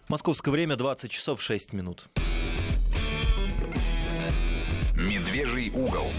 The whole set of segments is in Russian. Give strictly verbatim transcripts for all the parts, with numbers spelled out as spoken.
Московское время двадцать часов шесть минут. «Медвежий угол»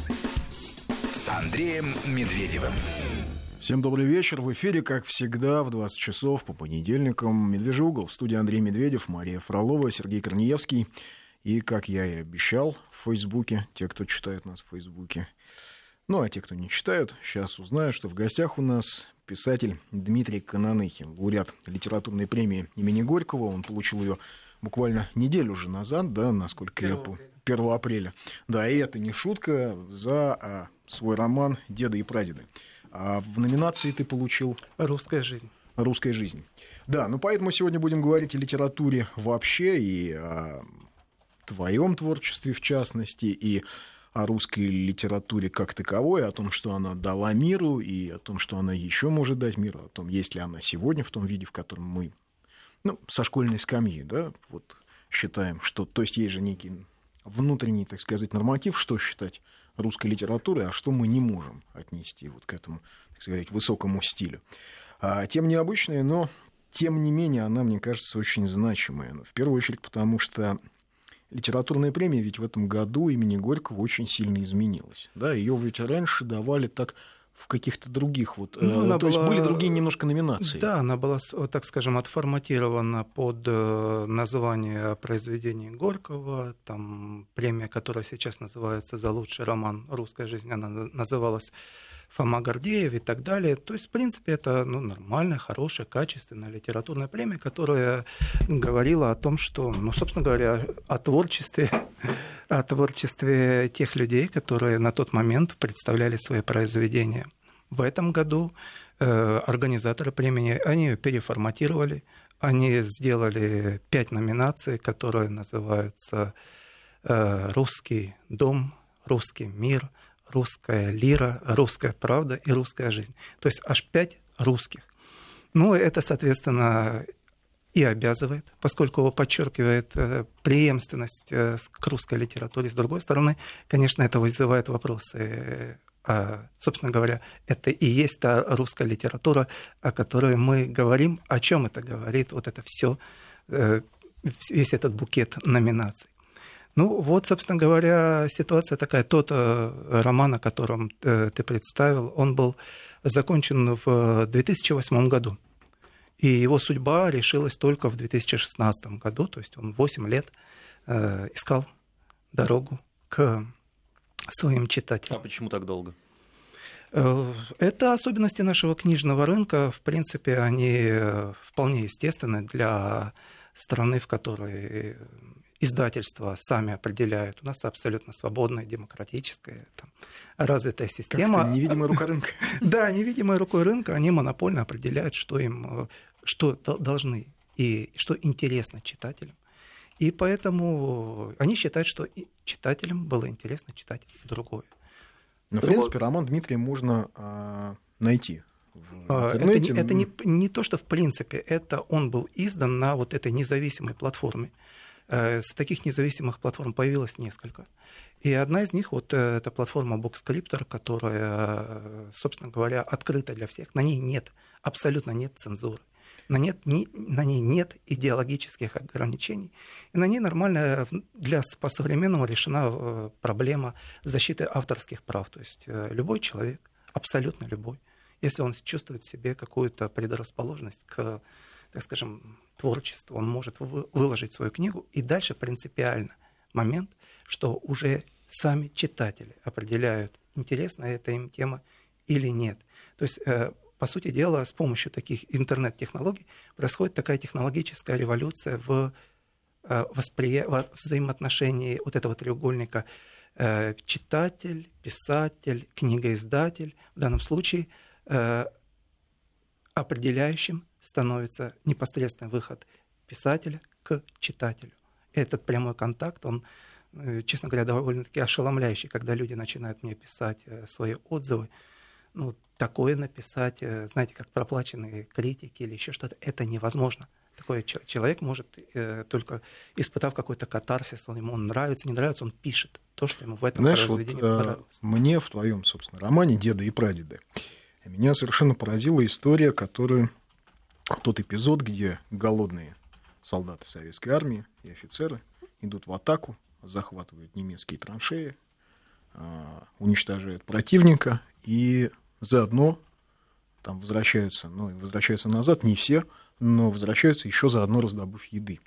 с Андреем Медведевым. Всем добрый вечер. В эфире, как всегда, в двадцать часов по понедельникам «Медвежий угол». В студии Андрей Медведев, Мария Фролова, Сергей Корнеевский. И, как я и обещал в Фейсбуке, те, кто читает нас в Фейсбуке, ну, а те, кто не читают, сейчас узнают, что в гостях у нас писатель Дмитрий Кононыхин, лауреат литературной премии имени Горького. Он получил ее буквально неделю уже назад, да, насколько я помню, первого апреля. Да, и это не шутка, за а, свой роман «Деды и прадеды». А в номинации ты получил... «Русская жизнь». «Русская жизнь». Да, ну поэтому сегодня будем говорить о литературе вообще, и о твоем творчестве в частности, и о русской литературе как таковой, о том, что она дала миру, и о том, что она еще может дать миру, о том, есть ли она сегодня в том виде, в котором мы, ну, со школьной скамьи, да, вот считаем, что... То есть есть же некий внутренний, так сказать, норматив, что считать русской литературой, а что мы не можем отнести вот к этому, так сказать, высокому стилю. А тем необычная, но тем не менее она, мне кажется, очень значимая. В первую очередь потому, что литературная премия ведь в этом году имени Горького очень сильно изменилась. Да, ее ведь раньше давали так в каких-то других вот, ну, э, то была... есть были другие немножко номинации. Да, она была, так скажем, отформатирована под название произведений Горького. Там премия, которая сейчас называется за лучший роман «Русская жизнь», она называлась Фома Гордеев и так далее. То есть, в принципе, это ну, нормальная, хорошая, качественная литературная премия, которая говорила о том, что, ну, собственно говоря, о творчестве, о творчестве тех людей, которые на тот момент представляли свои произведения. В этом году э, организаторы премии, они ее переформатировали, они сделали пять номинаций, которые называются э, «Русский дом», «Русский мир», «Русская лира», «Русская правда» и «Русская жизнь». То есть аж пять русских. Ну, это, соответственно, и обязывает, поскольку подчеркивает преемственность к русской литературе. С другой стороны, конечно, это вызывает вопросы. А, собственно говоря, это и есть та русская литература, о которой мы говорим. О чем это говорит вот это все, весь этот букет номинаций. Ну, вот, собственно говоря, ситуация такая. Тот роман, о котором ты представил, он был закончен в две тысячи восьмом году. И его судьба решилась только в две тысячи шестнадцатом году. То есть он восемь лет искал дорогу к своим читателям. А почему так долго? Это особенности нашего книжного рынка. В принципе, они вполне естественны для страны, в которой... Издательства сами определяют. У нас абсолютно свободная, демократическая, там, развитая система. Как-то невидимая рука рынка. Да, невидимой рукой рынка они монопольно определяют, что им, что должны и что интересно читателям. И поэтому они считают, что читателям было интересно читать другое. Но, в принципе, роман Дмитрия можно а, найти. Это, не, это не, не то, что в принципе, это он был издан на вот этой независимой платформе. С таких независимых платформ появилось несколько. И одна из них, вот эта платформа Bookscriptor, которая, собственно говоря, открыта для всех. На ней нет, абсолютно нет цензуры. На, нет, ни, на ней нет идеологических ограничений. И на ней нормально для, по-современному решена проблема защиты авторских прав. То есть любой человек, абсолютно любой, если он чувствует в себе какую-то предрасположенность к, так скажем, творчеству, он может выложить свою книгу. И дальше принципиально момент, что уже сами читатели определяют, интересна эта им тема или нет. То есть, по сути дела, с помощью таких интернет-технологий происходит такая технологическая революция в воспри... взаимоотношении вот этого треугольника читатель, писатель, книгоиздатель. В данном случае определяющим становится непосредственный выход писателя к читателю. Этот прямой контакт, он, честно говоря, довольно-таки ошеломляющий, когда люди начинают мне писать свои отзывы. Ну, такое написать, знаете, как проплаченные критики или еще что-то, это невозможно. Такой человек может, только испытав какой-то катарсис, он ему нравится, не нравится, он пишет то, что ему в этом Знаешь, произведении вот, понравилось. Мне в твоем, собственно, романе «Деды и прадеды» меня совершенно поразила история, которую... Тот эпизод, где голодные солдаты советской армии и офицеры идут в атаку, захватывают немецкие траншеи, уничтожают противника и заодно там возвращаются, ну, возвращаются назад, не все, но возвращаются еще заодно раздобыв еды.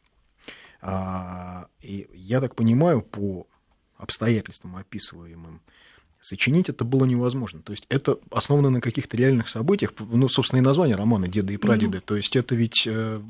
И я так понимаю, по обстоятельствам описываемым, сочинить это было невозможно. То есть это основано на каких-то реальных событиях. Ну, собственно, и название романа «Деды и прадеды». То есть это ведь...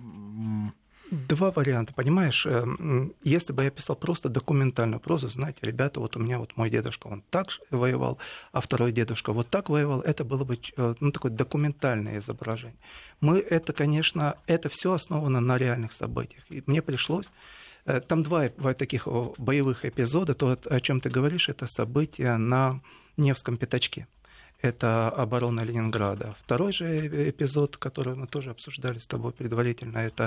Два варианта, понимаешь? Если бы я писал просто документальную прозу, знаете, ребята, вот у меня вот мой дедушка, он так воевал, а второй дедушка вот так воевал, это было бы, ну, такое документальное изображение. Мы это, конечно, это все основано на реальных событиях. И мне пришлось... Там два таких боевых эпизода. То, о чем ты говоришь, это события на Невском пятачке. Это оборона Ленинграда. Второй же эпизод, который мы тоже обсуждали с тобой предварительно, это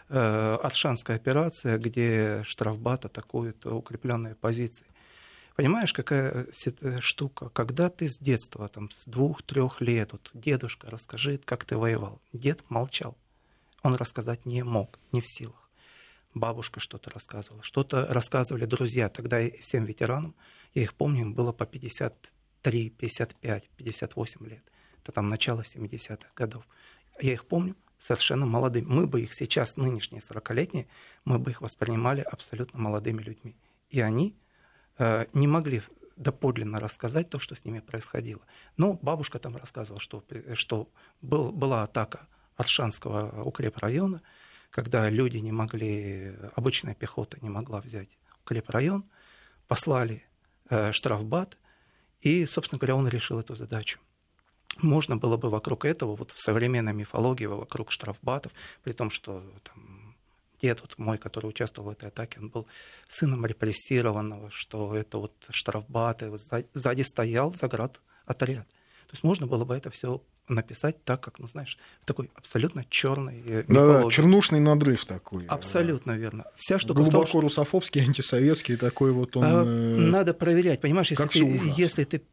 э, Оршанская операция, где штрафбат атакует укрепленные позиции. Понимаешь, какая штука? Когда ты с детства, там, с двух-трех лет, вот, дедушка, расскажи, как ты воевал. Дед молчал. Он рассказать не мог, не в силах. Бабушка что-то рассказывала, что-то рассказывали друзья. Тогда всем ветеранам, я их помню, им было по пятьдесят три, пятьдесят пять, пятьдесят восемь лет. Это там начало семидесятых годов. Я их помню совершенно молодыми. Мы бы их сейчас, нынешние сорокалетние, мы бы их воспринимали абсолютно молодыми людьми. И они э, не могли доподлинно рассказать то, что с ними происходило. Но бабушка там рассказывала, что, что был, была атака Оршанского укрепрайона, когда люди не могли, обычная пехота не могла взять укрепрайон, послали э, штрафбат, и, собственно говоря, он решил эту задачу. Можно было бы вокруг этого, вот в современной мифологии, вокруг штрафбатов, при том, что там, дед вот мой, который участвовал в этой атаке, он был сыном репрессированного, что это вот штрафбаты, вот сзади стоял заградотряд. То есть можно было бы это все написать так, как, ну, знаешь, в такой абсолютно черной мифологии. Да, чернушный надрыв такой. Абсолютно да. Верно. Вся штука глубоко в том, что... русофобский, антисоветский такой вот он... А, надо проверять, понимаешь, если ты, если ты...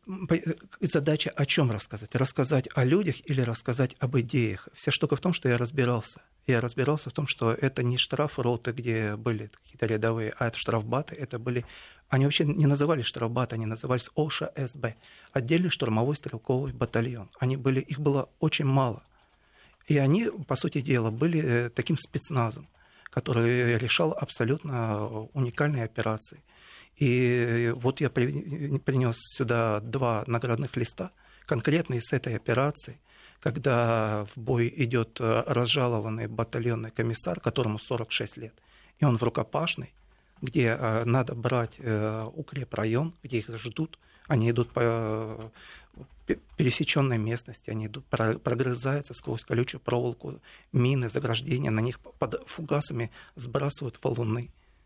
Задача о чем рассказать? Рассказать о людях или рассказать об идеях? Вся штука в том, что я разбирался. Я разбирался в том, что это не штрафроты, где были какие-то рядовые, а это штрафбаты, это были... Они вообще не назывались штрафбаты, они назывались ОШСБ, отдельный штурмовой стрелковый батальон. Они были, их было очень мало. И они, по сути дела, были таким спецназом, который решал абсолютно уникальные операции. И вот я принес сюда два наградных листа, конкретно из этой операции, когда в бой идет разжалованный батальонный комиссар, которому сорок шесть лет, и он в рукопашной, где э, надо брать э, укрепрайон, где их ждут, они идут по э, пересеченной местности, они идут, про, прогрызаются сквозь колючую проволоку, мины, заграждения, на них под фугасами сбрасывают валуны.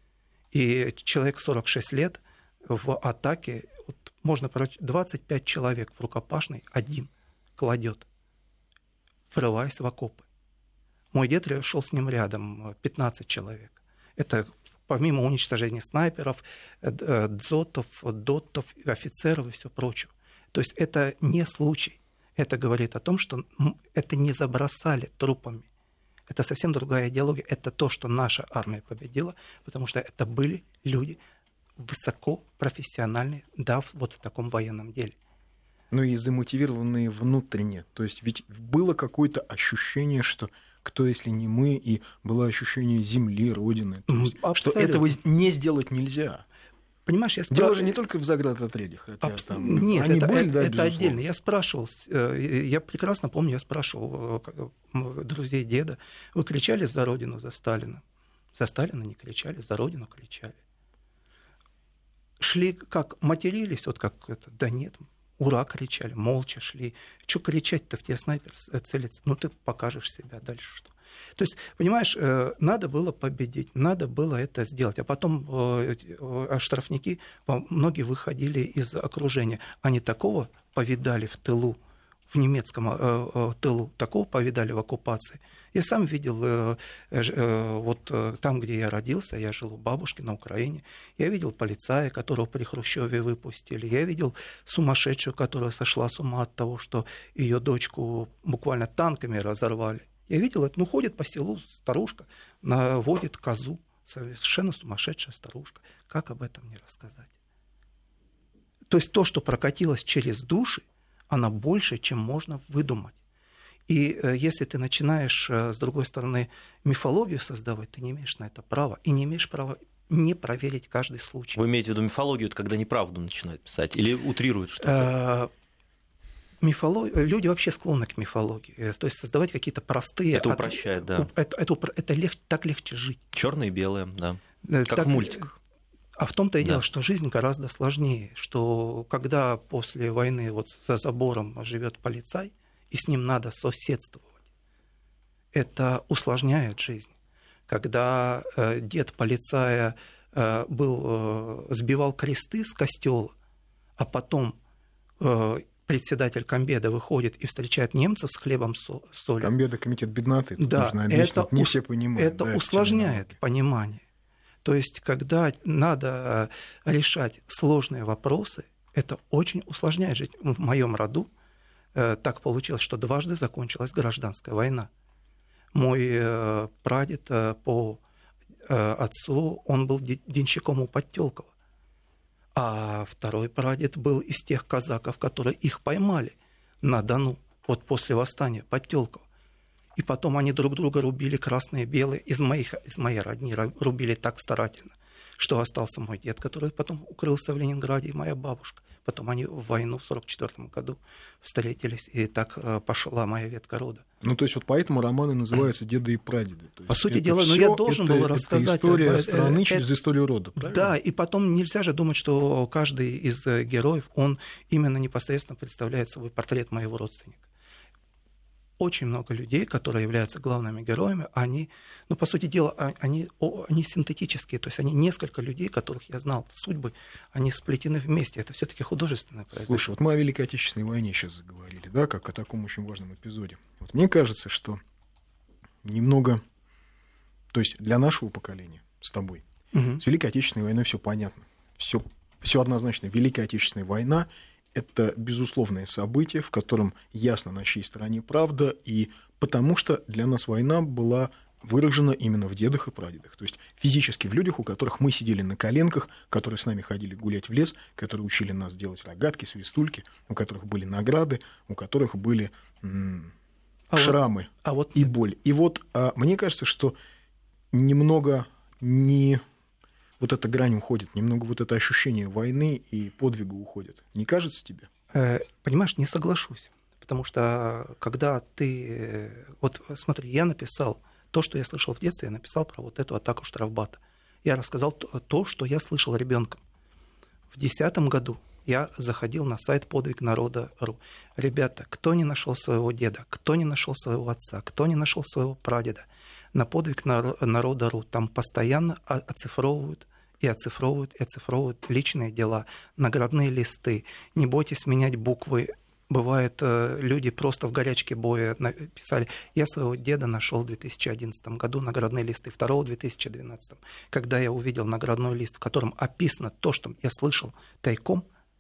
И человек сорок шесть лет в атаке, вот, можно двадцать пять человек в рукопашной один кладет, врываясь в окопы. Мой дед шел с ним рядом, пятнадцать человек. Это помимо уничтожения снайперов, дзотов, дотов, офицеров и все прочее. То есть это не случай. Это говорит о том, что это не забросали трупами. Это совсем другая идеология. Это то, что наша армия победила, потому что это были люди высокопрофессиональные, да, вот в таком военном деле. Ну и замотивированные внутренне. То есть ведь было какое-то ощущение, что кто, если не мы, и было ощущение земли, родины. То есть, что этого не сделать нельзя. Понимаешь, я спра... Дело же не только в заградотряде. Хотя Абс... там... Нет, Они это, были, это, да, это отдельно. Я спрашивал, я прекрасно помню, я спрашивал друзей деда, вы кричали за родину, за Сталина? За Сталина не кричали, за родину кричали. Шли как, матерились, вот как это, да нет, ура кричали, молча шли. Что кричать-то, в тебя снайпер целится? Ну, ты покажешь себя, дальше что? То есть, понимаешь, надо было победить, надо было это сделать. А потом штрафники, многие выходили из окружения. Они такого повидали в тылу, в немецком тылу, такого повидали в оккупации. Я сам видел, вот там, где я родился, я жил у бабушки на Украине, я видел полицая, которого при Хрущеве выпустили, я видел сумасшедшую, которая сошла с ума от того, что ее дочку буквально танками разорвали. Я видел это, ну, ходит по селу старушка, наводит козу, совершенно сумасшедшая старушка. Как об этом не рассказать? То есть то, что прокатилось через души, оно больше, чем можно выдумать. И э, если ты начинаешь, э, с другой стороны, мифологию создавать, ты не имеешь на это права. И не имеешь права не проверить каждый случай. Вы имеете в виду мифологию, это когда неправду начинают писать или утрируют что-то? Мифолог... Люди вообще склонны к мифологии. То есть создавать какие-то простые... Это упрощает, от... да. Это, это, это лег... так легче жить. Черное и белое, да. Как так... в мультиках. А в том-то и да. дело, что жизнь гораздо сложнее. Что когда после войны вот за забором живет полицай, и с ним надо соседствовать, это усложняет жизнь. Когда э, дед полицая э, был, э, сбивал кресты с костела, а потом э, председатель комбеда выходит и встречает немцев с хлебом со- солью. Комбеда, комитет бедноты, тут да, нужно объяснить, это не ус- все понимают. Это да, усложняет понимание. То есть, когда надо решать сложные вопросы, это очень усложняет жизнь. В моем роду э, так получилось, что дважды закончилась гражданская война. Мой э, прадед э, по э, отцу, он был денщиком у Подтёлкова. А второй прадед был из тех казаков, которые их поймали на Дону, вот после восстания Подтёлкова. И потом они друг друга рубили, красные и белые, из, моих, из моей родни рубили так старательно, что остался мой дед, который потом укрылся в Ленинграде, и моя бабушка. Потом они в войну в сорок четвёртом году встретились, и так пошла моя ветка рода. Ну, то есть вот поэтому романы называются «Деды и прадеды». То есть по сути это дела, всё, ну, я должен это, был рассказать. Это история это, страны это, через историю рода, правильно? Да, и потом нельзя же думать, что каждый из героев, он именно непосредственно представляет собой портрет моего родственника. Очень много людей, которые являются главными героями, они, ну, по сути дела, они, они синтетические, то есть они несколько людей, которых я знал, судьбы, они сплетены вместе, это все-таки художественное произведение. Слушай, вот мы о Великой Отечественной войне сейчас заговорили, да, как о таком очень важном эпизоде. Вот мне кажется, что немного, то есть для нашего поколения с тобой, угу. с Великой Отечественной войной все понятно, все, все однозначно. Великая Отечественная война — это безусловное событие, в котором ясно, на чьей стороне правда, и потому что для нас война была выражена именно в дедах и прадедах. То есть физически в людях, у которых мы сидели на коленках, которые с нами ходили гулять в лес, которые учили нас делать рогатки, свистульки, у которых были награды, у которых были м- а шрамы вот, а вот и боль. И вот а, мне кажется, что немного не... вот эта грань уходит, немного вот это ощущение войны и подвига уходит. Не кажется тебе? Понимаешь, не соглашусь. Потому что когда ты... Вот смотри, я написал то, что я слышал в детстве, я написал про вот эту атаку Штрафбата. Я рассказал то, что я слышал ребенком. В две тысячи десятом году я заходил на сайт подвиг народа точка ру. Ребята, кто не нашел своего деда, кто не нашел своего отца, кто не нашел своего прадеда, на подвиг народа точка ру там постоянно оцифровывают и оцифровывают, и оцифровывают личные дела, наградные листы. Не бойтесь менять буквы. Бывает, люди просто в горячке боя писали: я своего деда нашел в две тысячи одиннадцатом году, наградные листы, второго в две тысячи двенадцатом. Когда я увидел наградной лист, в котором описано то, что я слышал тайком,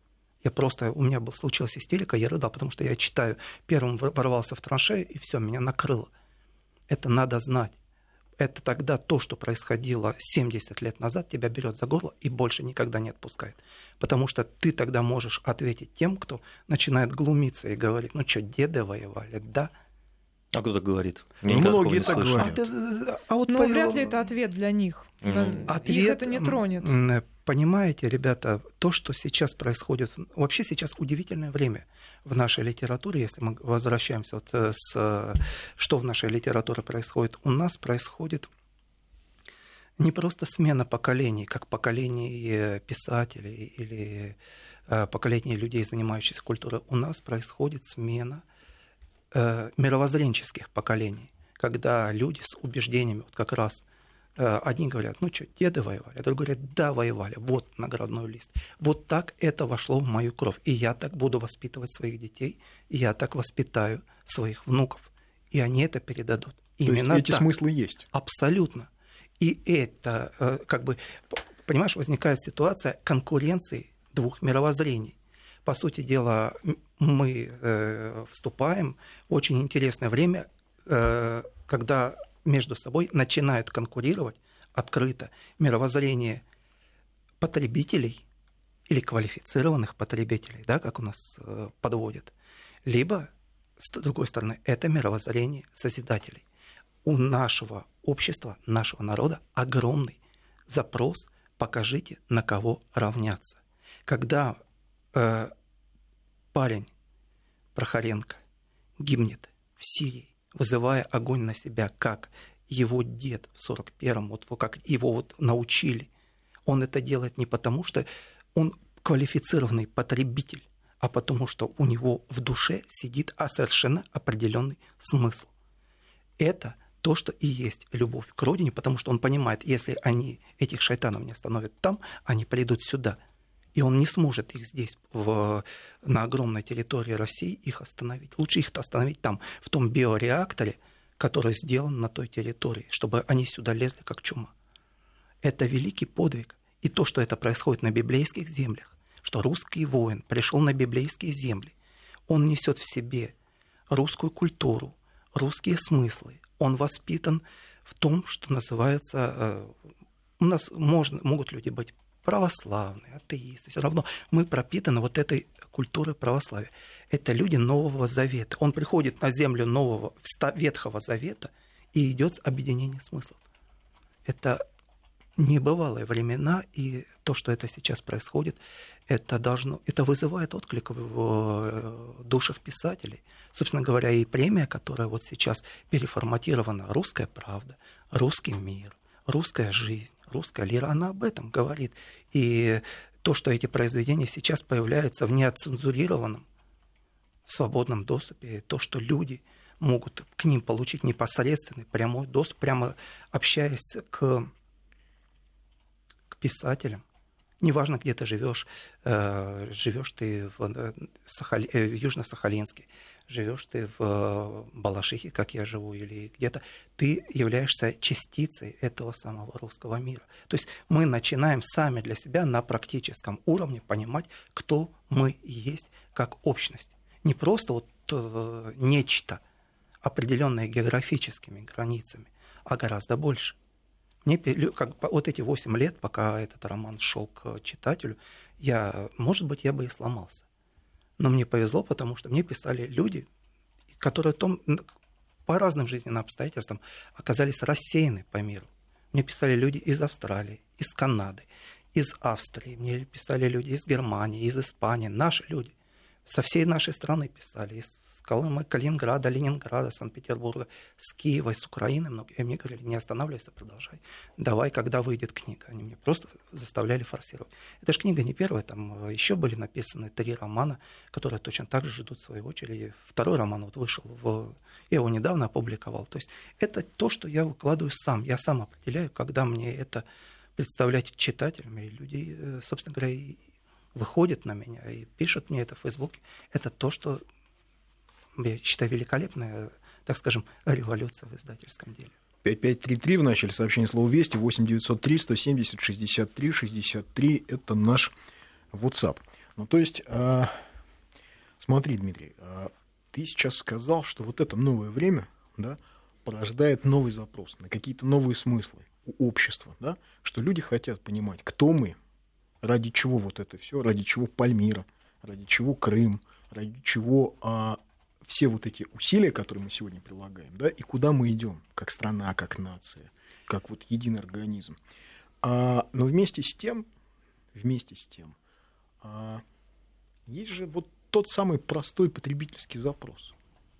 я просто, у меня был, случилась истерика, я рыдал, потому что я читаю, первым ворвался в траншею, и все, меня накрыло. Это надо знать. Это тогда то, что происходило семьдесят лет назад, тебя берет за горло и больше никогда не отпускает. Потому что ты тогда можешь ответить тем, кто начинает глумиться и говорить: ну что, деды воевали, да? А кто так говорит? Ну, многие так говорят. А, а вот Но по... вряд ли это ответ для них. Mm-hmm. Ответ, их это не тронет. Понимаете, ребята, то, что сейчас происходит... Вообще сейчас удивительное время в нашей литературе, если мы возвращаемся вот с... Что в нашей литературе происходит? У нас происходит не просто смена поколений, как поколений писателей или поколений людей, занимающихся культурой. У нас происходит смена мировоззренческих поколений, когда люди с убеждениями, вот как раз одни говорят: ну что, деды воевали, а другие говорят: да, воевали, вот наградной лист. Вот так это вошло в мою кровь, и я так буду воспитывать своих детей, и я так воспитаю своих внуков, и они это передадут. То Именно есть эти так. смыслы есть? Абсолютно. И это, как бы, понимаешь, возникает ситуация конкуренции двух мировоззрений. По сути дела, мы э, вступаем в очень интересное время э, когда между собой начинают конкурировать открыто мировоззрение потребителей или квалифицированных потребителей, да, как у нас э, подводят, либо, с другой стороны, это мировоззрение созидателей. У нашего общества, нашего народа огромный запрос «покажите, на кого равняться». Когда э, парень Прохоренко гибнет в Сирии, вызывая огонь на себя, как его дед в сорок первом, вот как его вот научили, он это делает не потому, что он квалифицированный потребитель, а потому что у него в душе сидит а совершенно определенный смысл. Это то, что и есть любовь к родине, потому что он понимает, если они этих шайтанов не остановят там, они придут сюда. И он не сможет их здесь, в, на огромной территории России, их остановить. Лучше их остановить там, в том биореакторе, который сделан на той территории, чтобы они сюда лезли как чума. Это великий подвиг. И то, что это происходит на библейских землях, что русский воин пришел на библейские земли, он несет в себе русскую культуру, русские смыслы. Он воспитан в том, что называется... У нас можно, могут люди быть православные, атеисты, все равно мы пропитаны вот этой культурой православия. Это люди Нового Завета. Он приходит на землю Нового, Ветхого Завета и идет с объединением смыслов. Это небывалые времена, и то, что это сейчас происходит, это, должно, это вызывает отклик в душах писателей. Собственно говоря, и премия, которая вот сейчас переформатирована, «Русская правда», «Русский мир», «Русская жизнь», «Русская лира», она об этом говорит. И то, что эти произведения сейчас появляются в неоцензурированном, свободном доступе, то, что люди могут к ним получить непосредственный прямой доступ, прямо общаясь к, к писателям. Неважно, где ты живешь, э, живешь ты в, Сахали, э, в Южно-Сахалинске, живешь ты в Балашихе, как я живу, или где-то, ты являешься частицей этого самого русского мира. То есть мы начинаем сами для себя на практическом уровне понимать, кто мы есть как общность. Не просто вот э, нечто, определенное географическими границами, а гораздо больше. Мне, как, вот эти восемь лет, пока этот роман шел к читателю, я, может быть, я бы и сломался. Но мне повезло, потому что мне писали люди, которые том, по разным жизненным обстоятельствам оказались рассеяны по миру. Мне писали люди из Австралии, из Канады, из Австрии. Мне писали люди из Германии, из Испании. Наши люди. Со всей нашей страны писали. Из Колыма, Калининграда, Ленинграда, Санкт-Петербурга, с Киева, с Украины. И мне говорили, не останавливайся, продолжай. Давай, когда выйдет книга. Они мне просто заставляли форсировать. Эта же книга не первая. Там еще были написаны три романа, которые точно так же ждут своей очереди. Второй роман вот вышел. В... Я его недавно опубликовал. То есть это то, что я выкладываю сам. Я сам определяю, когда мне это представлять читателям. И люди, собственно говоря, и выходят на меня и пишут мне это в Фейсбуке. Это то, что я считаю великолепная, так скажем, революция в издательском деле. пять пять три три в начале сообщения слова «Вести», восемь девятьсот три сто семьдесят шестьдесят три шестьдесят три, это наш WhatsApp. Ну, то есть, а, смотри, Дмитрий, а, ты сейчас сказал, что вот это новое время, да, порождает новый запрос на какие-то новые смыслы у общества, да, что люди хотят понимать, кто мы, ради чего вот это все, ради чего Пальмира, ради чего Крым, ради чего а, все вот эти усилия, которые мы сегодня прилагаем, да, и куда мы идем, как страна, как нация, как вот единый организм. А, но вместе с тем, вместе с тем, а, есть же вот тот самый простой потребительский запрос.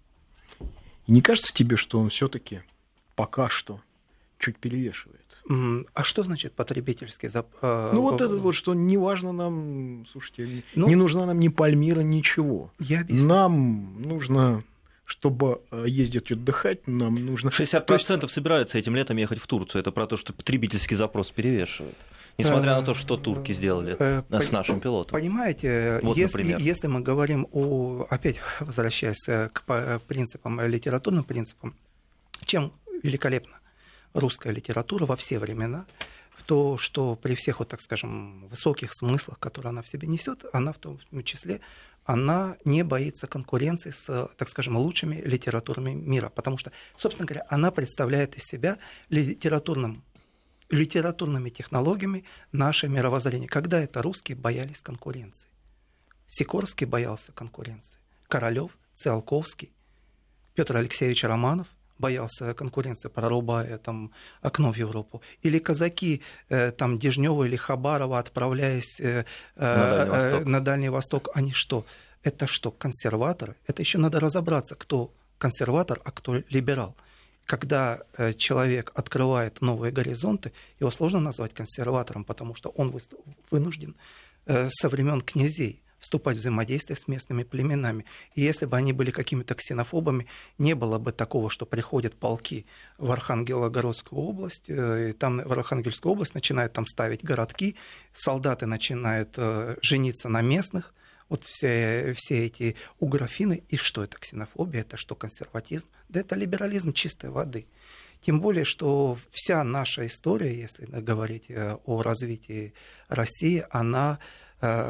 И не кажется тебе, что он все-таки пока что чуть перевешивает? А что значит потребительский запрос? Ну, вот это вот, что не важно нам, слушайте, ну, не нужна нам ни Пальмира, ничего. Нам нужно, чтобы ездить отдыхать, нам нужно... шестьдесят процентов есть... собираются этим летом ехать в Турцию. Это про то, что потребительский запрос перевешивает. Несмотря на то, что турки сделали с нашим пилотом. Понимаете, вот, если, если мы говорим о... Опять возвращаясь к принципам, литературным принципам, чем великолепно русская литература во все времена, в то, что при всех, вот, так скажем, высоких смыслах, которые она в себе несет, она в том числе она не боится конкуренции с, так скажем, лучшими литературами мира, потому что, собственно говоря, она представляет из себя литературным, литературными технологиями наше мировоззрение. Когда это русские боялись конкуренции? Сикорский боялся конкуренции, Королёв, Циолковский, Петр Алексеевич Романов боялся конкуренции, прорубая там окно в Европу. Или казаки э, там Дежнева или Хабарова, отправляясь э, на, Дальний Восток. Э, на Дальний Восток, они что? Это что, консерваторы? Это еще надо разобраться, кто консерватор, а кто либерал. Когда э, человек открывает новые горизонты, его сложно назвать консерватором, потому что он вынужден э, со времен князей вступать в взаимодействие с местными племенами. И если бы они были какими-то ксенофобами, не было бы такого, что приходят полки в Архангелогородскую область, и там в Архангельскую область начинают там ставить городки, солдаты начинают э, жениться на местных, вот все, все эти угрофины. И что это ксенофобия, это что консерватизм? Да это либерализм чистой воды. Тем более, что вся наша история, если говорить о развитии России, она э,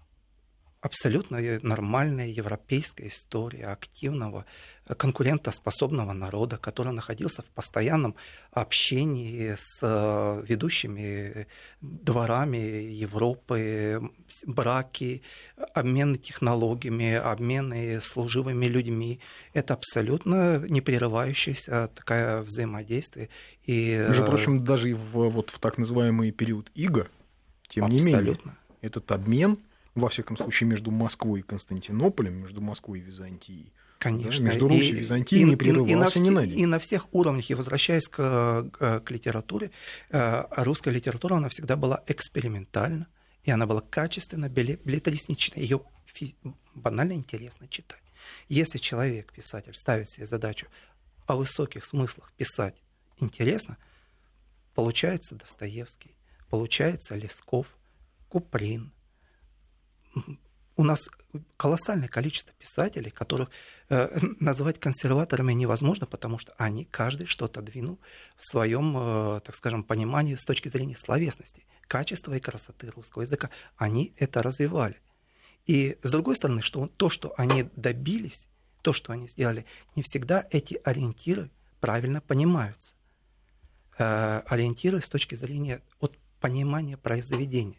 абсолютно нормальная европейская история активного, конкурентоспособного народа, который находился в постоянном общении с ведущими дворами Европы, браки, обмены технологиями, обмены служивыми людьми. Это абсолютно непрерывающееся такое взаимодействие. И, между прочим, даже в, вот, в так называемый период иго, тем абсолютно. не менее, этот обмен, во всяком случае, между Москвой и Константинополем, между Москвой и Византией, конечно. Да, между Русью и, и Византией не прерывался ни на день. И на всех уровнях, и возвращаясь к, к литературе, русская литература, она всегда была экспериментальна, и она была качественно беллетристична, ее банально интересно читать. Если человек, писатель, ставит себе задачу о высоких смыслах писать интересно, получается Достоевский, получается Лесков, Куприн. У нас колоссальное количество писателей, которых э, называть консерваторами невозможно, потому что они, каждый что-то двинул в своем, э, так скажем, понимании с точки зрения словесности, качества и красоты русского языка. Они это развивали. И с другой стороны, что то, что они добились, то, что они сделали, не всегда эти ориентиры правильно понимаются. Э, ориентиры с точки зрения от понимания произведения.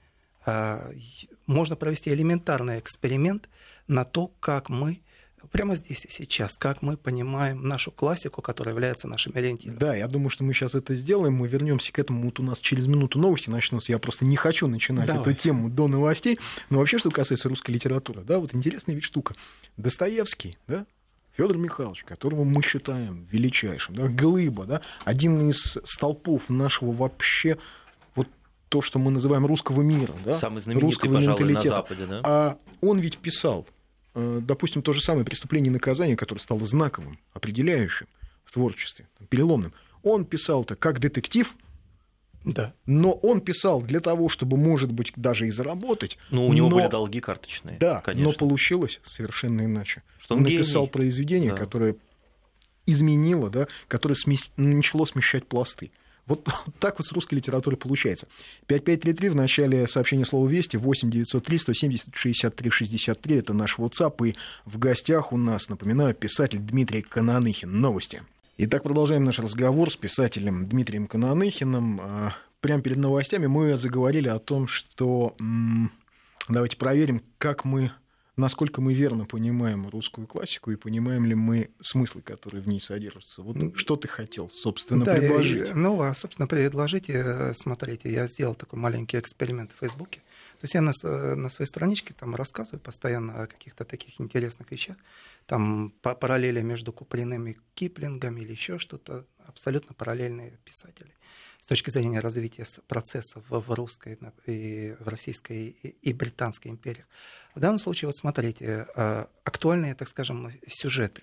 Можно провести элементарный эксперимент на то, как мы, прямо здесь и сейчас, как мы понимаем нашу классику, которая является нашим ориентиром. Да, я думаю, что мы сейчас это сделаем, мы вернемся к этому, вот у нас через минуту новости начнутся, я просто не хочу начинать Давай. эту тему до новостей, но вообще, что касается русской литературы, да, вот интересная ведь штука. Достоевский, да, Федор Михайлович, которого мы считаем величайшим, да, Глыба, да, один из столпов нашего вообще то, что мы называем русского мира, да? Самый знаменитый, пожалуй, на Западе, да? А он ведь писал, допустим, то же самое «Преступление и наказание», которое стало знаковым, определяющим в творчестве, переломным. Он писал-то как детектив, да. Но он писал для того, чтобы, может быть, даже и заработать. Ну, у него но... были долги карточные, да, конечно. Но получилось совершенно иначе. Что он он написал гений. произведение, да. которое изменило, да, которое смес... начало смещать пласты. Вот так вот с русской литературой получается. пять пять три три в начале сообщения слова «Вести», восемь девятьсот три сто семьдесят шестьдесят три шестьдесят три, это наш WhatsApp, и в гостях у нас, напоминаю, писатель Дмитрий Кононыхин. Новости. Итак, продолжаем наш разговор с писателем Дмитрием Кононыхиным. Прямо перед новостями мы заговорили о том, что... Давайте проверим, как мы... насколько мы верно понимаем русскую классику и понимаем ли мы смыслы, которые в ней содержатся. Вот что ты хотел, собственно, да, предложить? И, ну, а, собственно, предложите, смотрите, я сделал такой маленький эксперимент в Фейсбуке. То есть я на, на своей страничке там рассказываю постоянно о каких-то таких интересных вещах, там по параллели между Куприным и Киплингом или еще что-то, абсолютно параллельные писатели с точки зрения развития процессов в русской, и в российской и британской империях. В данном случае, вот смотрите, актуальные, так скажем, сюжеты.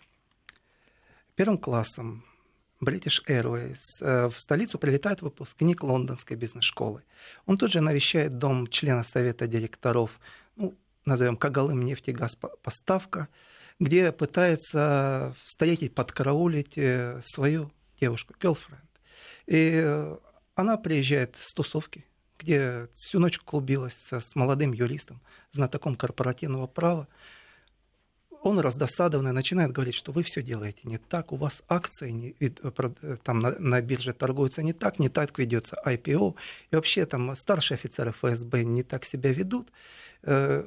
Первым классом British Airways в столицу прилетает выпускник лондонской бизнес-школы. Он тут же навещает дом члена совета директоров, ну, назовем Когалым нефтегазпоставка, где пытается встретить, подкараулить свою девушку, girlfriend. И Она приезжает с тусовки, где всю ночь клубилась с молодым юристом, знатоком корпоративного права. Он раздосадованный начинает говорить, что вы все делаете не так, у вас акции не, там на, на бирже торгуются не так, не так ведется ай пи о, и вообще там старшие офицеры эф эс бэ не так себя ведут. А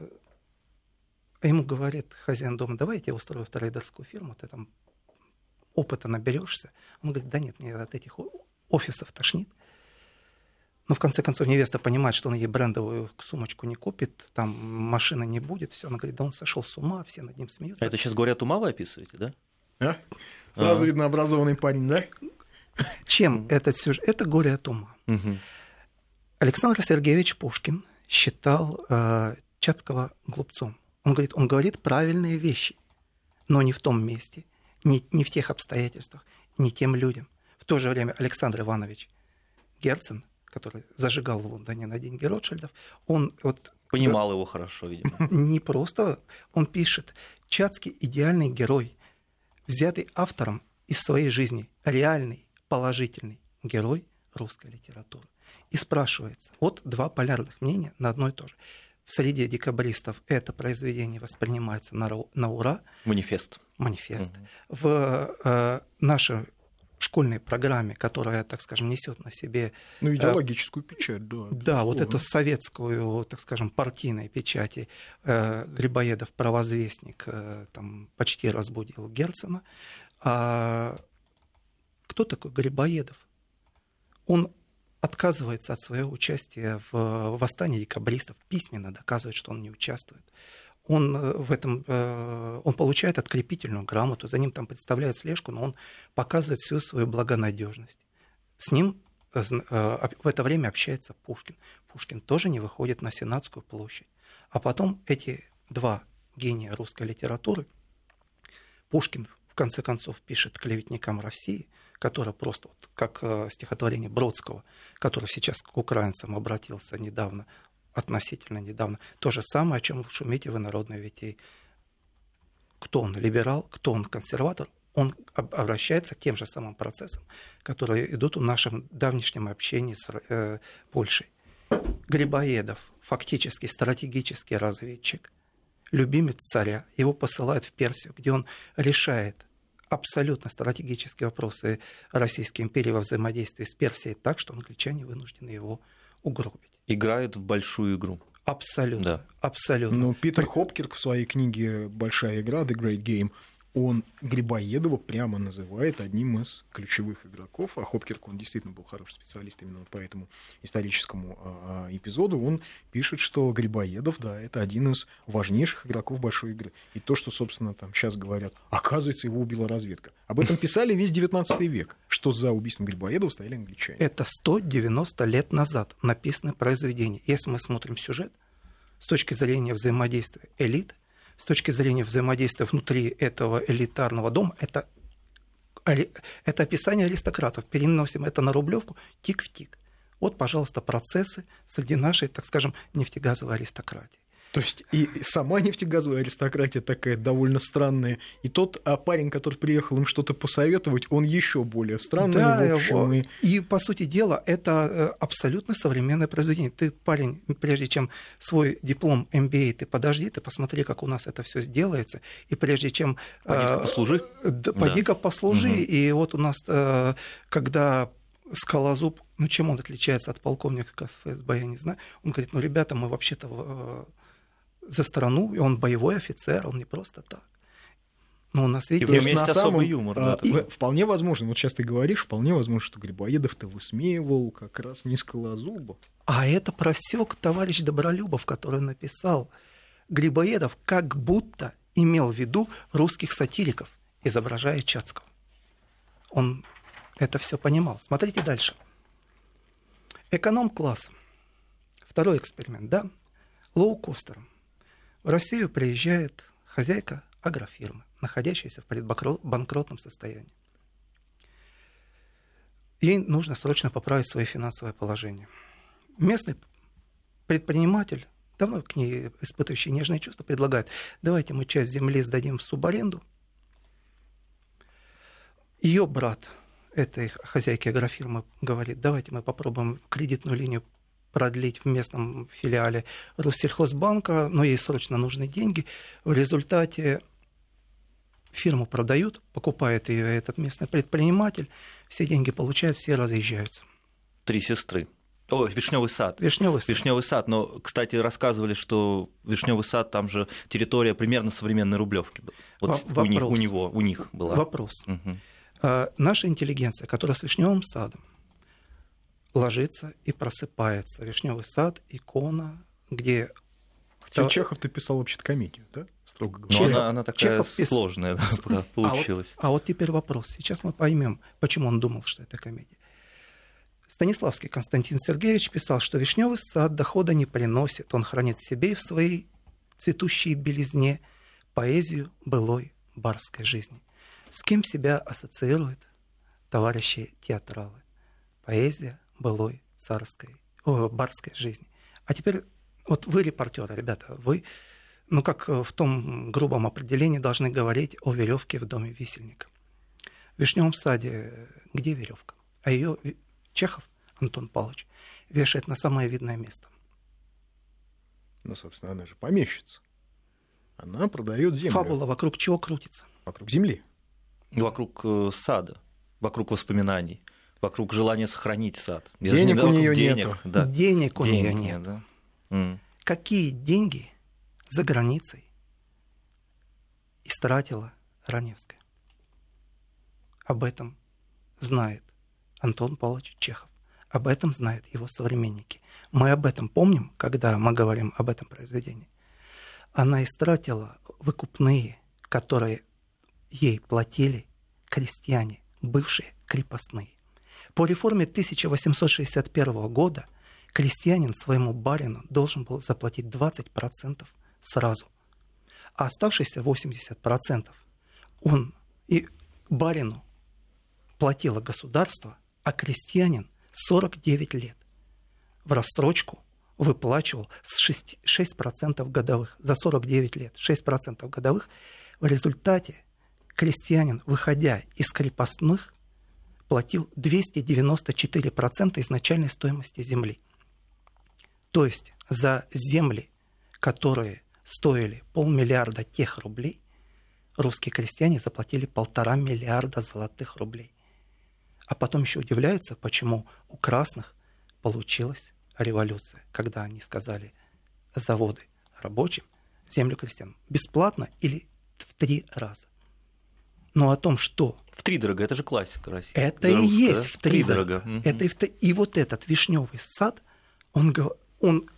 ему говорит хозяин дома: давай я тебе устрою в трейдерскую фирму, ты там опыта наберешься. Он говорит: да нет, мне от этих офисов тошнит. Но в конце концов невеста понимает, что он ей брендовую сумочку не купит, там машины не будет, все. Она говорит: да он сошел с ума, все над ним смеются. А это сейчас «Горе от ума» вы описываете, да? А? Сразу А-а. видно образованный парень, да? Чем mm-hmm. этот сюжет? Это «Горе от ума». Mm-hmm. Александр Сергеевич Пушкин считал э, Чацкого глупцом. Он говорит, он говорит правильные вещи, но не в том месте, не, не в тех обстоятельствах, не тем людям. В то же время Александр Иванович Герцен, который зажигал в Лондоне на деньги Ротшильдов, он вот... Понимал его хорошо, видимо. Не просто. Он пишет: Чацкий идеальный герой, взятый автором из своей жизни, реальный, положительный герой русской литературы. И спрашивается, вот два полярных мнения на одно и то же. В среде декабристов это произведение воспринимается на, на ура. Манифест. Манифест. Угу. В э, нашей школьной программе, которая, так скажем, несет на себе... Ну, идеологическую э, печать, да. Да, вот эту советскую, так скажем, партийной печати. Э, Грибоедов, провозвестник, э, там, почти разбудил Герцена. А кто такой Грибоедов? Он отказывается от своего участия в восстании декабристов, письменно доказывает, что он не участвует. Он, в этом, он получает открепительную грамоту, за ним там представляют слежку, но он показывает всю свою благонадежность. С ним в это время общается Пушкин. Пушкин тоже не выходит на Сенатскую площадь. А потом эти два гения русской литературы, Пушкин в конце концов пишет «Клеветникам России», которое просто, вот, как стихотворение Бродского, который сейчас к украинцам обратился недавно, относительно недавно. То же самое, о чем вы шумите, вы народные витей. Кто он, либерал, кто он, консерватор, он обращается к тем же самым процессам, которые идут в нашем давнишнем общении с э, Польшей. Грибоедов, фактически стратегический разведчик, любимец царя, его посылают в Персию, где он решает абсолютно стратегические вопросы Российской империи во взаимодействии с Персией так, что англичане вынуждены его угробить. Играет в большую игру. Абсолютно. Да. Абсолютно. Но Питер Хопкирк в своей книге «Большая игра» The Great Game, он Грибоедова прямо называет одним из ключевых игроков. А Хопкирк, он действительно был хороший специалист именно по этому историческому а, эпизоду. Он пишет, что Грибоедов, да, это один из важнейших игроков большой игры. И то, что, собственно, там сейчас говорят, оказывается, его убила разведка. Об этом писали весь девятнадцатый век, что за убийством Грибоедова стояли англичане. Это сто девяносто лет назад написано произведение. Если мы смотрим сюжет с точки зрения взаимодействия элит, с точки зрения взаимодействия внутри этого элитарного дома, это, это описание аристократов. Переносим это на Рублевку, тик в тик. Вот, пожалуйста, процессы среди нашей, так скажем, нефтегазовой аристократии. То есть и сама нефтегазовая аристократия такая довольно странная, и тот а парень, который приехал им что-то посоветовать, он еще более странный. Да, в общем, и... и, по сути дела, это абсолютно современное произведение. Ты, парень, прежде чем свой диплом эм би эй, ты подожди, ты посмотри, как у нас это все сделается, и прежде чем... Поди-ка послужи. Да, поди-ка да. послужи, Угу. И вот у нас, когда... Скалозуб, ну чем он отличается от полковника эс эф эс бэ, я не знаю. Он говорит, ну, ребята, мы вообще-то за страну, и он боевой офицер, он не просто так. Но у нас, видите, и в нем есть особый самом... юмор. А, да, и... Вполне возможно, вот сейчас ты говоришь, вполне возможно, что Грибоедов-то высмеивал как раз не Скалозуба. А это просек товарищ Добролюбов, который написал. Грибоедов как будто имел в виду русских сатириков, изображая Чацкого. Он это все понимал. Смотрите дальше. Эконом-класс. Второй эксперимент, да? Лоукостером. В Россию приезжает хозяйка агрофирмы, находящаяся в предбанкротном состоянии. Ей нужно срочно поправить свое финансовое положение. Местный предприниматель, давно к ней испытывающий нежные чувства, предлагает, давайте мы часть земли сдадим в субаренду. Ее брат, этой хозяйки агрофирмы говорит: давайте мы попробуем кредитную линию продлить в местном филиале Россельхозбанка, но ей срочно нужны деньги. В результате фирму продают, покупает ее этот местный предприниматель, все деньги получают, все разъезжаются. Три сестры. Ой, Вишневый сад. Вишневый сад. Вишневый сад. Но, кстати, рассказывали, что Вишневый сад, там же территория примерно современной Рублевки была. Вот Во- у, них, у него, у них была. Вопрос. Угу. А, наша интеллигенция, которая с Вишневым садом ложится и просыпается. Вишневый сад, икона, где... Хотя Чехов-то писал вообще-то комедию, да? Строго говоря. Но Чехов- она, она такая Чехов пис- сложная, да, получилась. А вот, а вот теперь вопрос. Сейчас мы поймем, почему он думал, что это комедия. Станиславский Константин Сергеевич писал, что Вишневый сад дохода не приносит. Он хранит в себе и в своей цветущей белизне поэзию былой барской жизни. С кем себя ассоциируют товарищи театралы? Поэзия былой царской, о, барской жизни. А теперь вот вы репортеры, ребята, вы, ну как в том грубом определении, должны говорить о веревке в доме висельника. В Вишневом саде где веревка? А ее Чехов Антон Павлович вешает на самое видное место. Ну, собственно, она же помещица. Она продает землю. Фабула вокруг чего крутится? Вокруг земли. Вокруг э, сада, вокруг воспоминаний, вокруг желания сохранить сад. Я Денег даже не- у нее денег, нету. Да. Денег у Денег нее нет. да. М. Какие деньги за границей истратила Раневская? Об этом знает Антон Павлович Чехов. Об этом знают его современники. Мы об этом помним, когда мы говорим об этом произведении. Она истратила выкупные, которые ей платили крестьяне, бывшие крепостные. По реформе тысяча восемьсот шестьдесят первого года крестьянин своему барину должен был заплатить двадцать процентов сразу, а оставшиеся восемьдесят процентов он и барину платило государство, а крестьянин сорок девять лет в рассрочку выплачивал с шесть процентов годовых. За сорок девять лет шесть процентов годовых. В результате крестьянин, выходя из крепостных, платил двести девяносто четыре процента изначальной стоимости земли. То есть за земли, которые стоили полмиллиарда тех рублей, русские крестьяне заплатили полтора миллиарда золотых рублей. А потом еще удивляются, почему у красных получилась революция, когда они сказали заводы рабочим, землю крестьянам бесплатно или в три раза. Но о том, что... Втридорога, это же классика России. Это и есть втридорога. Втридорога. Это и, в... и вот этот Вишневый сад, он, он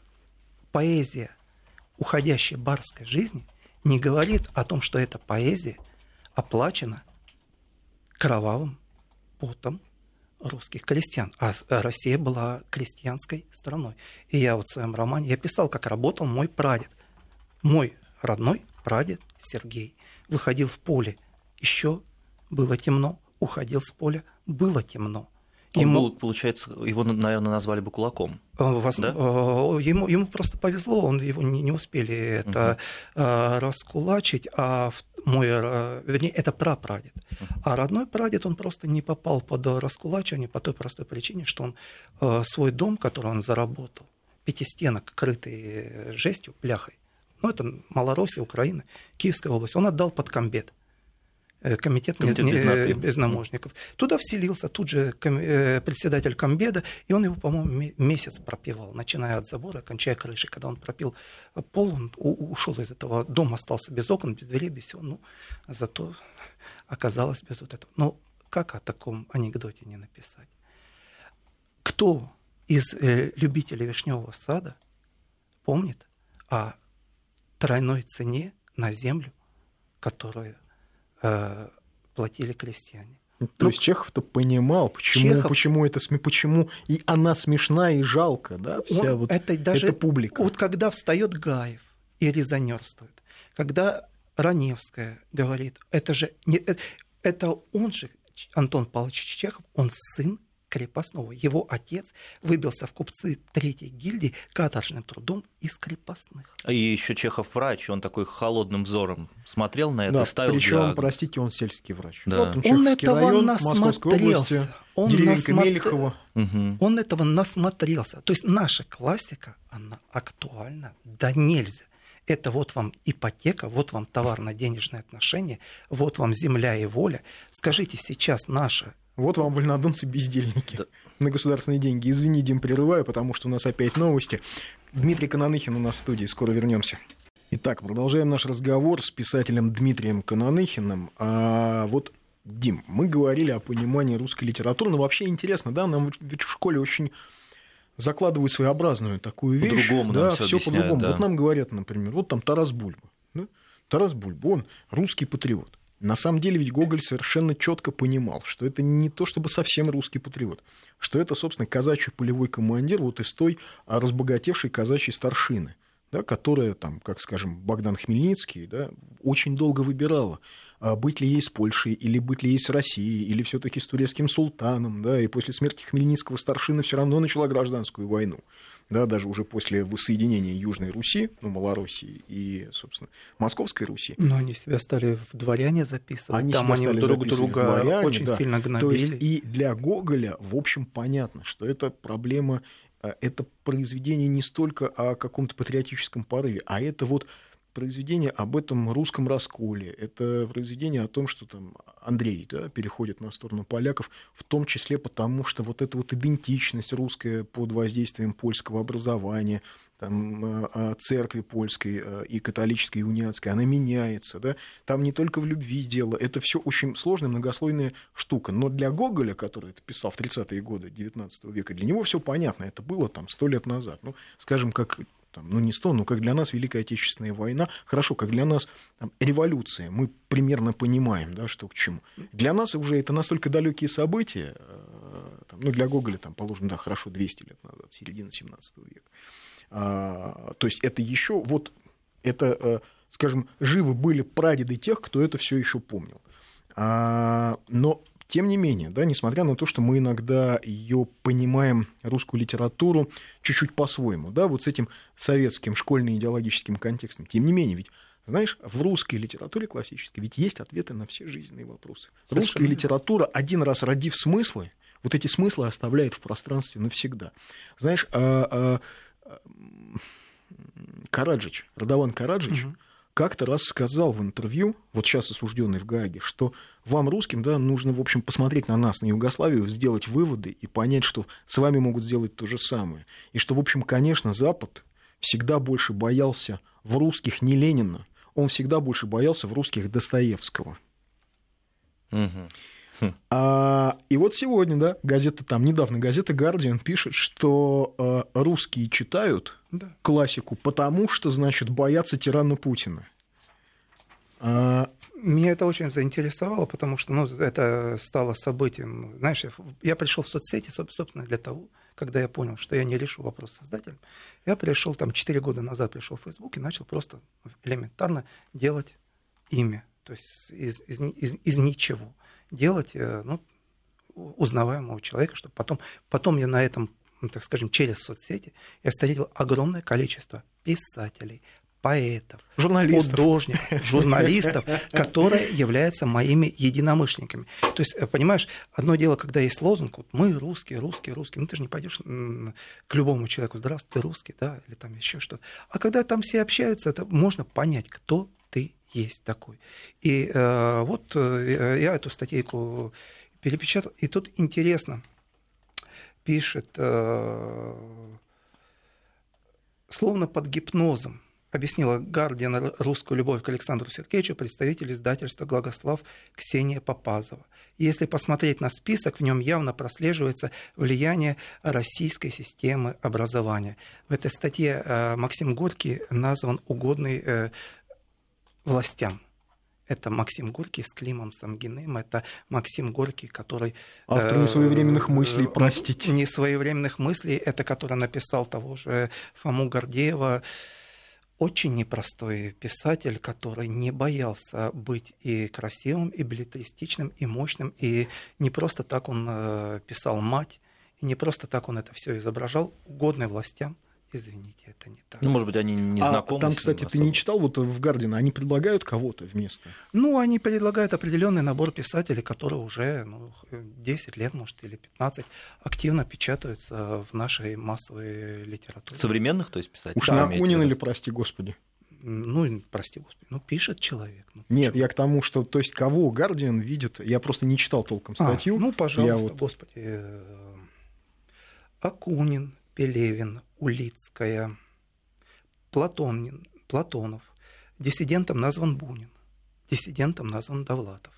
поэзия уходящей барской жизни не говорит о том, что эта поэзия оплачена кровавым потом русских крестьян. А Россия была крестьянской страной. И я вот в своем романе, я писал, как работал мой прадед. Мой родной прадед Сергей выходил в поле, еще было темно, уходил с поля, было темно. Он Ему, был, получается, его, наверное, назвали бы кулаком. воз... Да? ему, ему просто повезло, он его не, не успели это uh-huh. раскулачить, а мой, вернее, это прапрадед. Uh-huh. А родной прадед, он просто не попал под раскулачивание по той простой причине, что он свой дом, который он заработал, пятистенок, крытый жестью, пляхой, ну, это Малороссия, Украина, Киевская область, он отдал под комбед. Комитет, Комитет не, безнаможников. Туда вселился тут же председатель комбеда, и он его, по-моему, месяц пропивал, начиная от забора, кончая крышей. Когда он пропил пол, он ушел из этого дома, остался без окон, без дверей, без всего. Ну, зато оказалось без вот этого. Но как о таком анекдоте не написать? Кто из любителей Вишневого сада помнит о тройной цене на землю, которую платили крестьяне? То ну, есть Чехов-то понимал, почему, Чехов... почему, это, почему и она смешна и жалко, да, вся Он, вот это даже, эта публика. Вот когда встает Гаев и резонерствует, когда Раневская говорит, это же не, это он же, Антон Павлович Чехов, он сын крепостного. Его отец выбился в купцы третьей гильдии каторжным трудом из крепостных. И еще Чехов врач, он такой холодным взором смотрел на это, да, и ставил причем, диагноз. простите, он сельский врач. Да. Вот он, Он Чеховский этого район, насмотрелся. Московской области, Он, деревенька насмотр... Мелихово. Угу. он этого насмотрелся. То есть наша классика, она актуальна да нельзя. Это вот вам ипотека, вот вам товарно-денежные отношения, вот вам земля и воля. Скажите, сейчас наша... Вот вам вольнодумцы-бездельники Да. на государственные деньги. Извини, Дим, прерываю, потому что у нас опять новости. Дмитрий Кононыхин у нас в студии, скоро вернемся. Итак, продолжаем наш разговор с писателем Дмитрием Кононыхиным. А вот, Дим, мы говорили о понимании русской литературы, но вообще интересно, да, нам ведь в школе очень... закладывают своеобразную такую вещь. По-другому да, нам всё все объясняют, по-другому. да. Вот нам говорят, например, вот там Тарас Бульба. Да? Тарас Бульба, он русский патриот. На самом деле ведь Гоголь совершенно четко понимал, что это не то чтобы совсем русский патриот, что это, собственно, казачий полевой командир вот из той разбогатевшей казачьей старшины, да, которая, там, как, скажем, Богдан Хмельницкий, да, очень долго выбирала, быть ли ей с Польшей, или быть ли ей с Россией, или все-таки с турецким султаном, да, и после смерти Хмельницкого старшина все равно начала гражданскую войну, да, даже уже после воссоединения Южной Руси, ну, Малороссии и, собственно, Московской Руси. Но они себя стали в дворяне записывать, Они там себя они стали друг записывать друга в дворяне, очень да. сильно гнобили. То есть и для Гоголя, в общем, понятно, что это проблема, это произведение не столько о каком-то патриотическом порыве, а это вот произведение об этом русском расколе, это произведение о том, что там Андрей, да, переходит на сторону поляков, в том числе потому, что вот эта вот идентичность русская под воздействием польского образования, там, церкви польской и католической, и униатской, она меняется, да? Там не только в любви дело, это все очень сложная, многослойная штука, но для Гоголя, который это писал в тридцатые годы девятнадцатого века, для него все понятно, это было там сто лет назад, ну, скажем, как... Там, ну, не сто, но как для нас Великая Отечественная война, хорошо, как для нас там, революция, мы примерно понимаем, да, что к чему. Для нас уже это настолько далекие события, там, ну, для Гоголя, там, положим, да, хорошо, двести лет назад, середина семнадцатого века. А, то есть это еще, вот, это, скажем, живы были прадеды тех, кто это все еще помнил. А, но тем не менее, да, несмотря на то, что мы иногда ее понимаем, русскую литературу, чуть-чуть по-своему, да, вот с этим советским школьно-идеологическим контекстом, тем не менее, ведь, знаешь, в русской литературе классической ведь есть ответы на все жизненные вопросы. Совершенно. Русская литература, один раз родив смыслы, вот эти смыслы оставляет в пространстве навсегда. Знаешь, а, а, Караджич, Радован Караджич, угу. как-то раз сказал в интервью, вот сейчас осужденный в Гааге, что вам, русским, да, нужно, в общем, посмотреть на нас, на Югославию, сделать выводы и понять, что с вами могут сделать то же самое. И что, в общем, конечно, Запад всегда больше боялся в русских не Ленина, он всегда больше боялся в русских Достоевского. Угу. А, и вот сегодня, да, газета, там, недавно газета «Гардиан» пишет, что э, русские читают да. классику, потому что, значит, боятся тирана Путина. А... Меня это очень заинтересовало, потому что ну, это стало событием. Знаешь, я, я пришел в соцсети, собственно, для того, когда я понял, что я не решу вопрос с создателем. Я пришел, там, четыре года назад пришел в Facebook и начал просто элементарно делать имя. То есть из, из, из, из ничего. Делать ну, узнаваемого человека, чтобы потом, потом я на этом, так скажем, через соцсети я встретил огромное количество писателей, поэтов, журналистов. художников, журналистов, которые являются моими единомышленниками. То есть, понимаешь, одно дело, когда есть лозунг, вот, мы русские, русские, русские, ну ты же не пойдешь к любому человеку, здравствуй, ты русский, да, или там еще что-то. А когда там все общаются, это можно понять, кто ты есть такой. И э, вот э, я эту статейку перепечатал, и тут интересно, пишет, э, словно под гипнозом, объяснила Гардиан русскую любовь к Александру Сергеевичу представитель издательства «Глагослав» Ксения Попазова. И если посмотреть на список, в нем явно прослеживается влияние российской системы образования. В этой статье э, Максим Горький назван угодный э, властям. Это Максим Горький с Климом Самгиным, это Максим Горький, который... Автор несвоевременных мыслей, простите. Несвоевременных мыслей, это который написал того же Фому Гордеева. Очень непростой писатель, который не боялся быть и красивым, и беллетристичным, и мощным. И не просто так он писал «Мать», И не просто так он это все изображал, угодный властям. Извините, это не так. Ну, может быть, они не знакомы. А там, кстати, ты не читал вот в «Гардиане», они предлагают кого-то вместо? Ну, они предлагают определенный набор писателей, которые уже ну, десять лет, может, или пятнадцать активно печатаются в нашей массовой литературе. Современных, то есть, писателей? Уж да, не Акунин или, прости господи? Ну, прости господи, ну, пишет человек. Ну, Нет, я к тому, что, то есть, кого «Гардиан» видит, я просто не читал толком статью. А, ну, пожалуйста, вот... господи. Акунин, Пелевин, Улицкая, Платон, Платонов. Диссидентом назван Бунин, диссидентом назван Довлатов,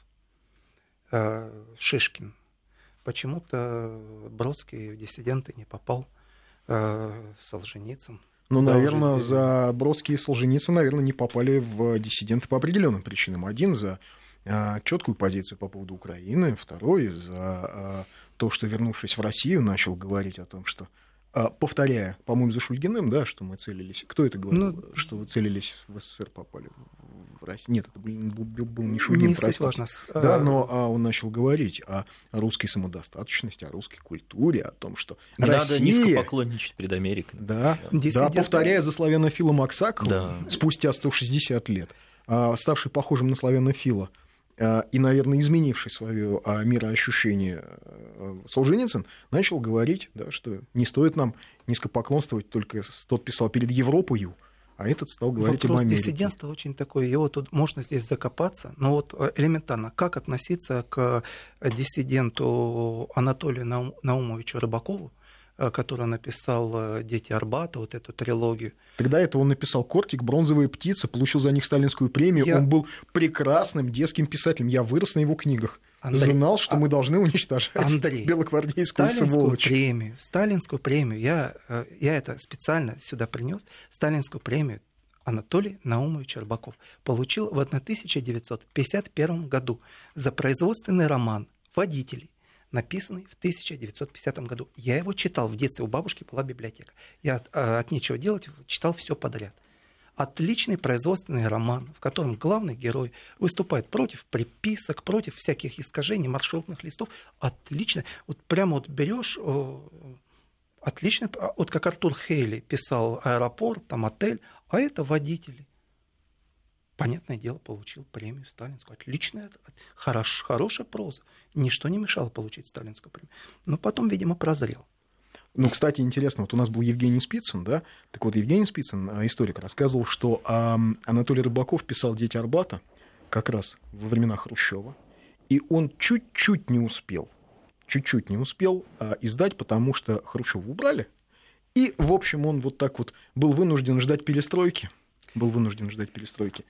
Шишкин. Почему-то Бродский в диссиденты не попал, Солженицын. Ну, наверное, уже... за Бродский и Солженицын, наверное, не попали в диссиденты по определенным причинам. Один за четкую позицию по поводу Украины, второй за то, что, вернувшись в Россию, начал говорить о том, что, повторяя, по-моему, за Шульгиным, да, что мы целились... Кто это говорил? Ну, что вы целились в СССР, попали в Россию? Нет, это был, был не Шульгин, не суть важно. Да, но а, он начал говорить о русской самодостаточности, о русской культуре, о том, что не Россия... Надо низко поклонничать перед Америкой. Да, да, повторяя за славянофилом Аксаковым, да. Спустя сто шестьдесят лет, ставший похожим на славянофила, и, наверное, изменивший свое мироощущение Солженицын, начал говорить, да, что не стоит нам низкопоклонствовать, только тот писал перед Европою, а этот стал говорить Вопрос об Америке. Диссидентства очень такой, его тут можно здесь закопаться, но вот элементарно, как относиться к диссиденту Анатолию Наумовичу Рыбакову, который написал «Дети Арбата», вот эту трилогию. Тогда это он написал «Кортик», «Бронзовые птицы», получил за них сталинскую премию. Я... Он был прекрасным детским писателем. Я вырос на его книгах. Андрей... Знал, что а... мы должны уничтожать Андрей, белогвардейскую сволочь. Премию, сталинскую премию, я, я это специально сюда принес, сталинскую премию Анатолий Наумович Рыбаков получил в тысяча девятьсот пятьдесят первом году за производственный роман «Водители», написанный в тысяча девятьсот пятидесятом году. Я его читал в детстве, у бабушки была библиотека. Я от, от нечего делать читал все подряд. Отличный производственный роман, в котором главный герой выступает против приписок, против всяких искажений маршрутных листов. Отлично. Вот прямо вот берешь, отлично, вот как Артур Хейли писал «Аэропорт», там «Отель», а это «Водители». Понятное дело, получил премию сталинскую. Отличная, хорош, хорошая проза. Ничто не мешало получить сталинскую премию. Но потом, видимо, прозрел. Ну, кстати, интересно, вот у нас был Евгений Спицын, да? Так вот, Евгений Спицын, историк, рассказывал, что а, Анатолий Рыбаков писал «Дети Арбата» как раз во времена Хрущева, и он чуть-чуть не успел, чуть-чуть не успел а, издать, потому что Хрущева убрали, и, в общем, он вот так вот был вынужден ждать перестройки, был вынужден ждать перестройки.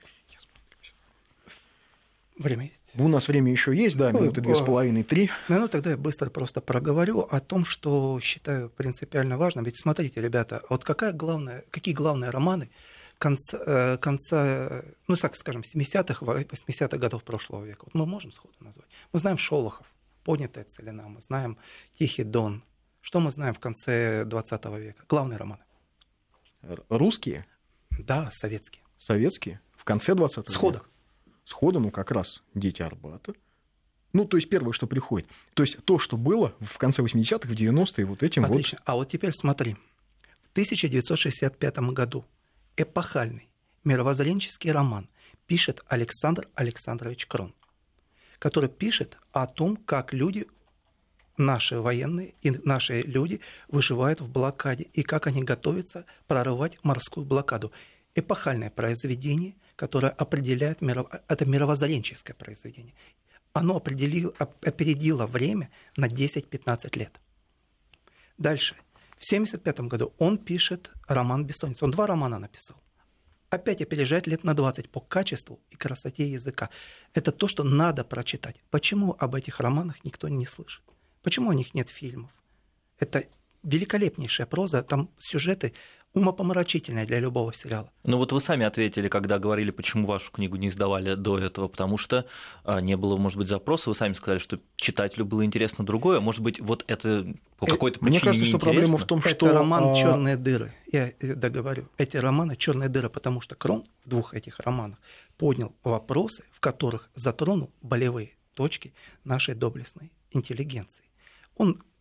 Время есть. У нас время еще есть, да, минуты две с половиной, три. Ну, тогда я быстро просто проговорю о том, что считаю принципиально важным. Ведь смотрите, ребята, вот какая главная, какие главные романы конца, конца, ну, так скажем, семидесятых, восьмидесятых годов прошлого века. Вот мы можем сходу назвать. Мы знаем Шолохов, «Поднятая целина», мы знаем «Тихий Дон». Что мы знаем в конце двадцатого века? Главные романы. Русские? Да, советские. Советские? В конце двадцатого века? Схода. Схода, ну, как раз «Дети Арбата». Ну, то есть, первое, что приходит. То есть, то, что было в конце восьмидесятых, в девяностые, вот этим Отлично. вот... А вот теперь смотри. В тысяча девятьсот шестьдесят пятом году эпохальный мировоззренческий роман пишет Александр Александрович Крон, который пишет о том, как люди, наши военные и наши люди выживают в блокаде, и как они готовятся прорывать морскую блокаду. Эпохальное произведение, которое определяет, это мировоззренческое произведение. Оно определило, опередило время на десять-пятнадцать лет. Дальше. В семьдесят пятом году он пишет роман «Бессонница». Он два романа написал. Опять опережает лет на двадцать по качеству и красоте языка. Это то, что надо прочитать. Почему об этих романах никто не слышит? Почему о них нет фильмов? Это великолепнейшая проза, там сюжеты умопомрачительные для любого сериала. Ну вот вы сами ответили, когда говорили, почему вашу книгу не издавали до этого, потому что не было, может быть, запроса. Вы сами сказали, что читателю было интересно другое. Может быть, вот это по какой-то причине Мне кажется, что неинтересно? проблема в том, что... Это роман «Черные дыры». Я договорю. Эти романы «Черные дыры», потому что Крон в двух этих романах поднял вопросы, в которых затронул болевые точки нашей доблестной интеллигенции. Он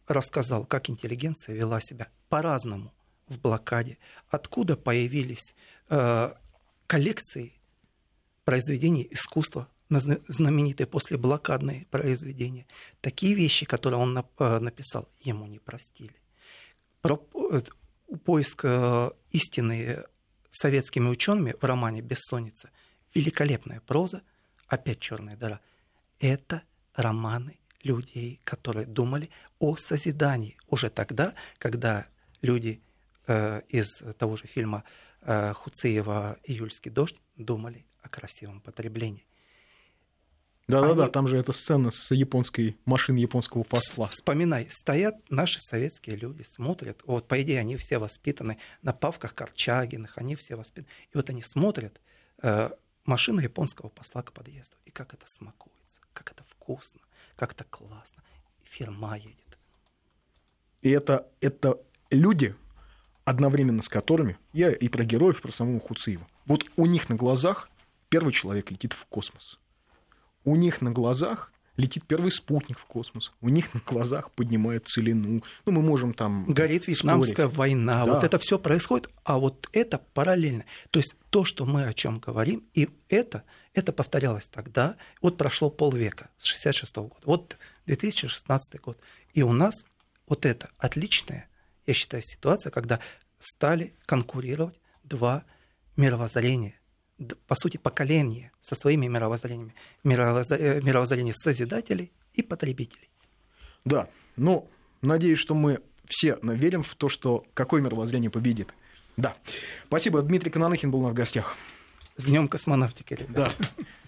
рассказал, как интеллигенция вела себя по-разному в блокаде, откуда появились э, коллекции произведений искусства, знаменитые послеблокадные произведения. Такие вещи, которые он нап- написал, ему не простили. Про, поиск э, истины советскими учеными в романе «Бессонница» великолепная проза, опять «Черная дыра». Это романы людей, которые думали о созидании уже тогда, когда люди э, из того же фильма э, Хуциева «Июльский дождь» думали о красивом потреблении. Да-да-да, Они... там же эта сцена с японской машиной японского посла. Вспоминай, стоят наши советские люди, смотрят. Вот, по идее, они все воспитаны на Павках Корчагиных, они все воспитаны. И вот они смотрят э, машину японского посла к подъезду. И как это смакуется, как это вкусно, как это классно. Фирма едет. И это, это люди, одновременно с которыми, я и про героев, и про самого Хуциева, вот у них на глазах первый человек летит в космос. У них на глазах летит первый спутник в космос. У них на глазах поднимают целину. Ну, мы можем там... Горит Вьетнамская спорить. война. Да. Вот это все происходит, а вот это параллельно. То есть то, что мы о чем говорим, и это, это повторялось тогда. Вот прошло полвека, с шестьдесят шестого года. Вот две тысячи шестнадцатый год. И у нас вот это отличная, я считаю, ситуация, когда стали конкурировать два мировоззрения. По сути, поколение со своими мировоззрениями. Мировоззрение созидателей и потребителей. Да, но надеюсь, что мы все верим в то, что какое мировоззрение победит. Да. Спасибо. Дмитрий Кананыхин был у нас в гостях. С Днем космонавтики, ребята. Да.